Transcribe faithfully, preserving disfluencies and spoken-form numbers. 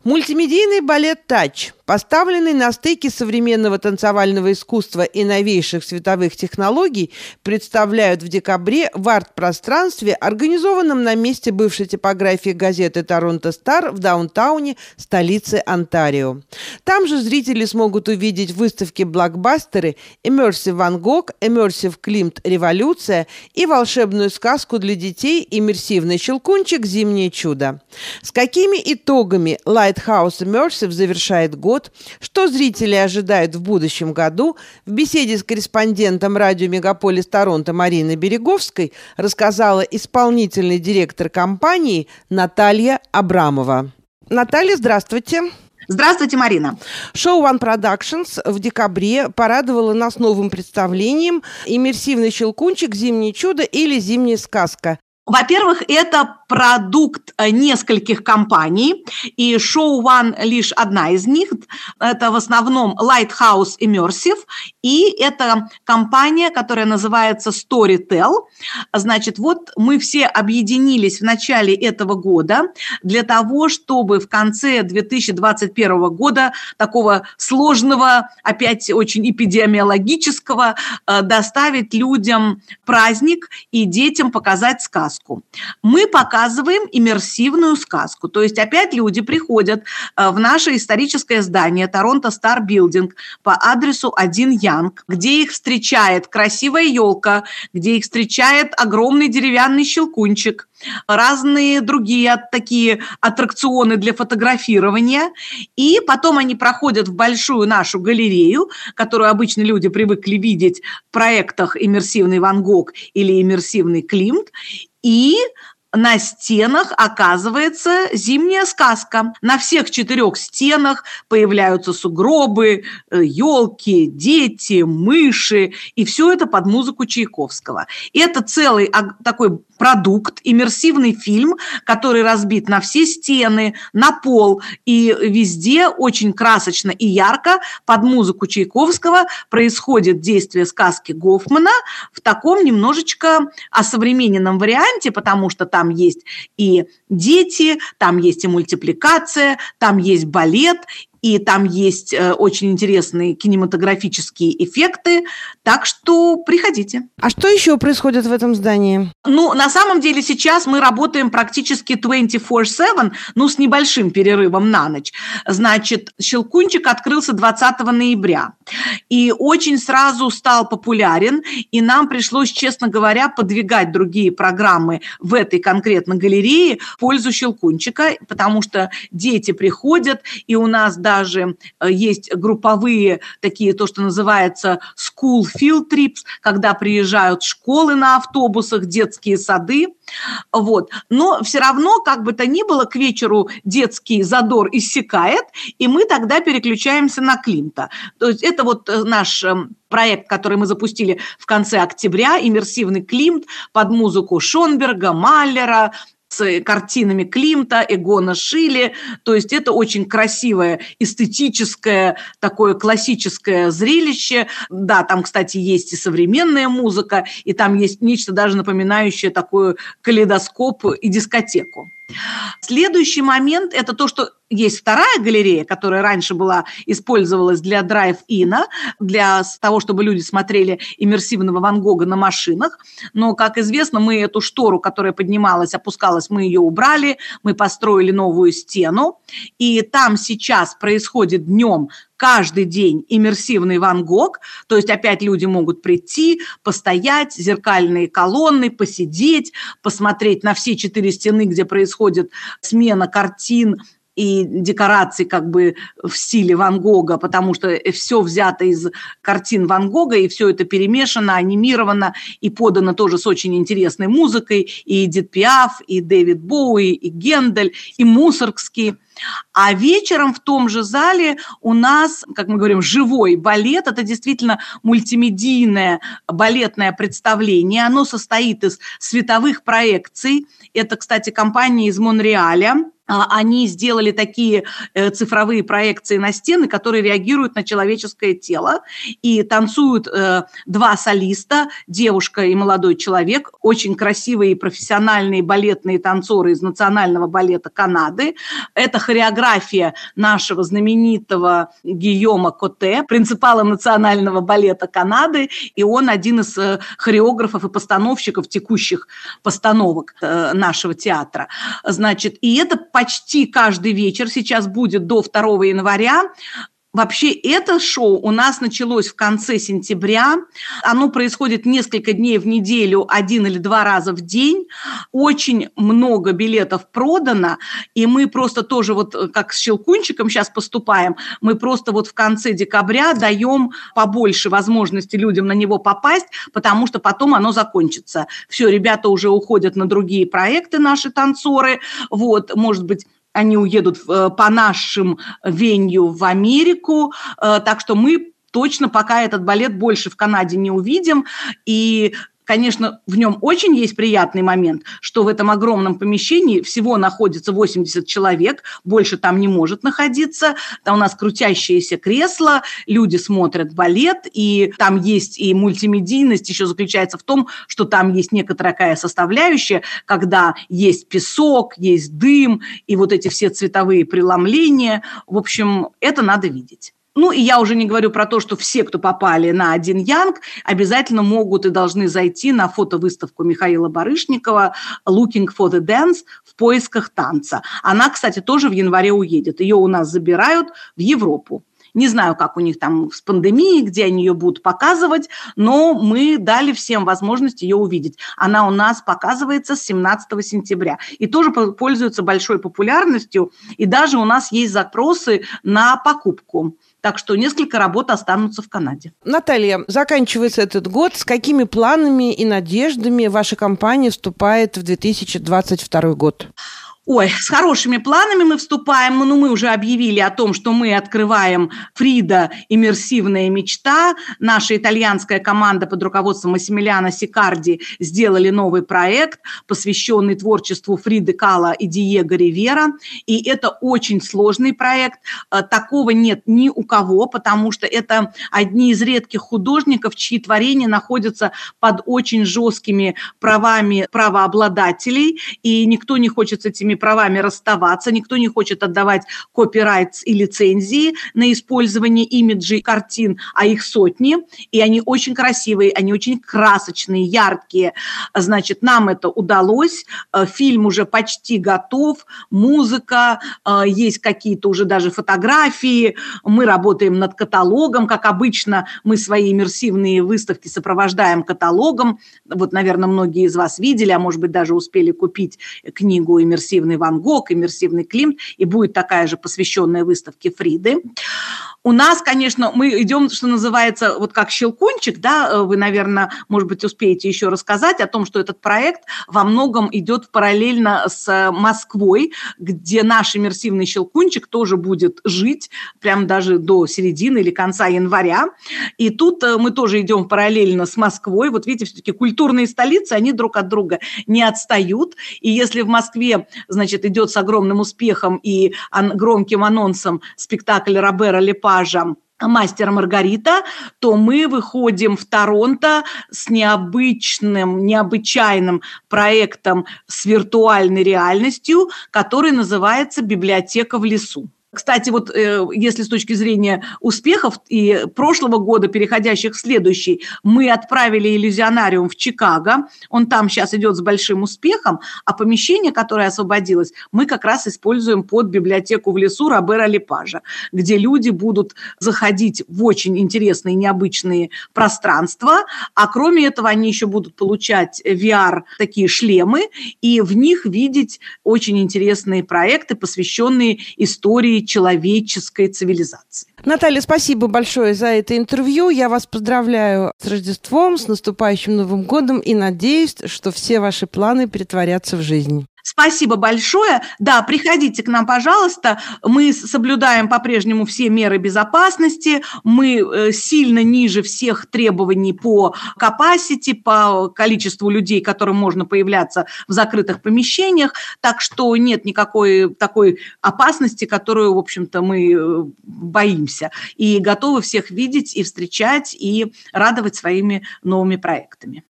Мультимедийный балет «Тач», поставленный на стыке современного танцевального искусства и новейших световых технологий, представляют в декабре в арт-пространстве, организованном на месте бывшей типографии газеты «Торонто Стар» в даунтауне столицы Онтарио. Там же зрители смогут увидеть выставки-блокбастеры «Immersive Ван Гог», «Immersive Klimt. Революция» и волшебную сказку для детей «Иммерсивный щелкунчик. Зимнее чудо». С какими итогами Lighthouse Immersive завершает год, что зрители ожидают в будущем году, в беседе с корреспондентом радио «Мегаполис Торонто» Мариной Береговской рассказала исполнительный директор компании Наталья Абрамова. Наталья, здравствуйте. Здравствуйте, Марина. Шоу One Productions в декабре порадовало нас новым представлением «Иммерсивный щелкунчик. Зимнее чудо» или «Зимняя сказка». Во-первых, это продукт нескольких компаний, и Show One лишь одна из них. Это в основном Lighthouse Immersive, и это компания, которая называется Storytel. Значит, вот мы все объединились в начале этого года для того, чтобы в конце две тысячи двадцать первого года, такого сложного, опять очень эпидемиологического, доставить людям праздник и детям показать сказку. Мы показываем иммерсивную сказку. То есть опять люди приходят в наше историческое здание Торонто Стар Билдинг по адресу один Янг, где их встречает красивая елка, где их встречает огромный деревянный щелкунчик, разные другие такие аттракционы для фотографирования. И потом они проходят в большую нашу галерею, которую обычно люди привыкли видеть в проектах «Иммерсивный Ван Гог» или «Иммерсивный Климт». И на стенах оказывается зимняя сказка. На всех четырех стенах появляются сугробы, елки, дети, мыши. И все это под музыку Чайковского. И это целый такой продукт, иммерсивный фильм, который разбит на все стены, на пол. И везде очень красочно и ярко под музыку Чайковского происходит действие сказки Гофмана в таком немножечко осовремененном варианте, потому что там есть и дети, там есть и мультипликация, там есть балет, и там есть э, очень интересные кинематографические эффекты, так что приходите. А что еще происходит в этом здании? Ну, на самом деле сейчас мы работаем практически двадцать четыре семь, ну, с небольшим перерывом на ночь. Значит, «Щелкунчик» открылся двадцатого ноября и очень сразу стал популярен, и нам пришлось, честно говоря, подвигать другие программы в этой конкретно галерее в пользу «Щелкунчика», потому что дети приходят, и у нас даже есть групповые такие, то, что называется school field trips, когда приезжают школы на автобусах, детские сады. Вот. Но все равно, как бы то ни было, к вечеру детский задор иссякает, и мы тогда переключаемся на Климта. То есть это вот наш проект, который мы запустили в конце октября, иммерсивный Климт под музыку Шонберга, Маллера, с картинами Климта, Эгона Шиле. То есть это очень красивое, эстетическое, такое классическое зрелище. Да, там, кстати, есть и современная музыка, и там есть нечто даже напоминающее такой калейдоскоп и дискотеку. Следующий момент – это то, что есть вторая галерея, которая раньше была, использовалась для драйв-ина, для того, чтобы люди смотрели иммерсивного Ван Гога на машинах. Но, как известно, мы эту штору, которая поднималась, опускалась, мы ее убрали, мы построили новую стену. И там сейчас происходит днем каждый день иммерсивный Ван Гог, то есть опять люди могут прийти, постоять, зеркальные колонны, посидеть, посмотреть на все четыре стены, где происходит смена картин и декораций как бы в стиле Ван Гога, потому что все взято из картин Ван Гога, и все это перемешано, анимировано и подано тоже с очень интересной музыкой, и Эдит Пиаф, и Дэвид Боуи, и Гендель, и Мусоргский. А вечером в том же зале у нас, как мы говорим, живой балет. Это действительно мультимедийное балетное представление. Оно состоит из световых проекций. Это, кстати, компания из Монреаля. Они сделали такие цифровые проекции на стены, которые реагируют на человеческое тело. И танцуют два солиста, девушка и молодой человек, очень красивые и профессиональные балетные танцоры из Национального балета Канады. Это хореография нашего знаменитого Гийома Коте, принципала национального балета Канады, и он один из хореографов и постановщиков текущих постановок нашего театра. Значит, и это почти каждый вечер сейчас будет до второго января. Вообще это шоу у нас началось в конце сентября. Оно происходит несколько дней в неделю, один или два раза в день. Очень много билетов продано, и мы просто тоже вот как с Щелкунчиком сейчас поступаем, мы просто вот в конце декабря даем побольше возможности людям на него попасть, потому что потом оно закончится. Все, ребята уже уходят на другие проекты, наши танцоры. Вот, может быть, они уедут по нашим венью в Америку, так что мы точно пока этот балет больше в Канаде не увидим. И, конечно, в нем очень есть приятный момент, что в этом огромном помещении всего находится восемьдесят человек, больше там не может находиться. Там у нас крутящиеся кресла, люди смотрят балет, и там есть и мультимедийность, еще заключается в том, что там есть некоторая такая составляющая, когда есть песок, есть дым, и вот эти все цветовые преломления. В общем, это надо видеть. Ну, и я уже не говорю про то, что все, кто попали на «Один Янг», обязательно могут и должны зайти на фотовыставку Михаила Барышникова «Looking for the Dance» в поисках танца. Она, кстати, тоже в январе уедет. Ее у нас забирают в Европу. Не знаю, как у них там с пандемией, где они ее будут показывать, но мы дали всем возможность ее увидеть. Она у нас показывается с семнадцатого сентября и тоже пользуется большой популярностью, и даже у нас есть запросы на покупку. Так что несколько работ останутся в Канаде. Наталья, заканчивается этот год. С какими планами и надеждами ваша компания вступает в две тысячи двадцать второй год? Ой, с хорошими планами мы вступаем, но мы уже объявили о том, что мы открываем Фрида «Иммерсивная мечта». Наша итальянская команда под руководством Массимилиано Сикарди сделали новый проект, посвященный творчеству Фриды Кало и Диего Ривера. И это очень сложный проект. Такого нет ни у кого, потому что это одни из редких художников, чьи творения находятся под очень жесткими правами правообладателей, и никто не хочет с этими правами расставаться, никто не хочет отдавать копирайтс и лицензии на использование имиджей картин, а их сотни, и они очень красивые, они очень красочные, яркие. Значит, нам это удалось, фильм уже почти готов, музыка, есть какие-то уже даже фотографии, мы работаем над каталогом, как обычно мы свои иммерсивные выставки сопровождаем каталогом. Вот, наверное, многие из вас видели, а может быть даже успели купить книгу «Иммерсивный Ван Гог», «Иммерсивный Климт», и будет такая же посвященная выставке Фриды. У нас, конечно, мы идем, что называется, вот как Щелкунчик, да, вы, наверное, может быть, успеете еще рассказать о том, что этот проект во многом идет параллельно с Москвой, где наш иммерсивный Щелкунчик тоже будет жить прямо даже до середины или конца января. И тут мы тоже идем параллельно с Москвой. Вот видите, все-таки культурные столицы, они друг от друга не отстают. И если в Москве, значит, идет с огромным успехом и громким анонсом спектакль Робера Лепажа «Мастер Маргарита», то мы выходим в Торонто с необычным, необычайным проектом с виртуальной реальностью, который называется «Библиотека в лесу». Кстати, вот э, если с точки зрения успехов и прошлого года, переходящих в следующий, мы отправили иллюзионариум в Чикаго, он там сейчас идет с большим успехом, а помещение, которое освободилось, мы как раз используем под библиотеку в лесу Робера Лепажа, где люди будут заходить в очень интересные, необычные пространства, а кроме этого они еще будут получать ви ар такие шлемы и в них видеть очень интересные проекты, посвященные истории человеческой цивилизации. Наталья, спасибо большое за это интервью. Я вас поздравляю с Рождеством, с наступающим Новым годом и надеюсь, что все ваши планы притворятся в жизнь. Спасибо большое. Да, приходите к нам, пожалуйста. Мы соблюдаем по-прежнему все меры безопасности. Мы сильно ниже всех требований по capacity, по количеству людей, которым можно появляться в закрытых помещениях. Так что нет никакой такой опасности, которую, в общем-то, мы боимся. И готовы всех видеть и встречать, и радовать своими новыми проектами.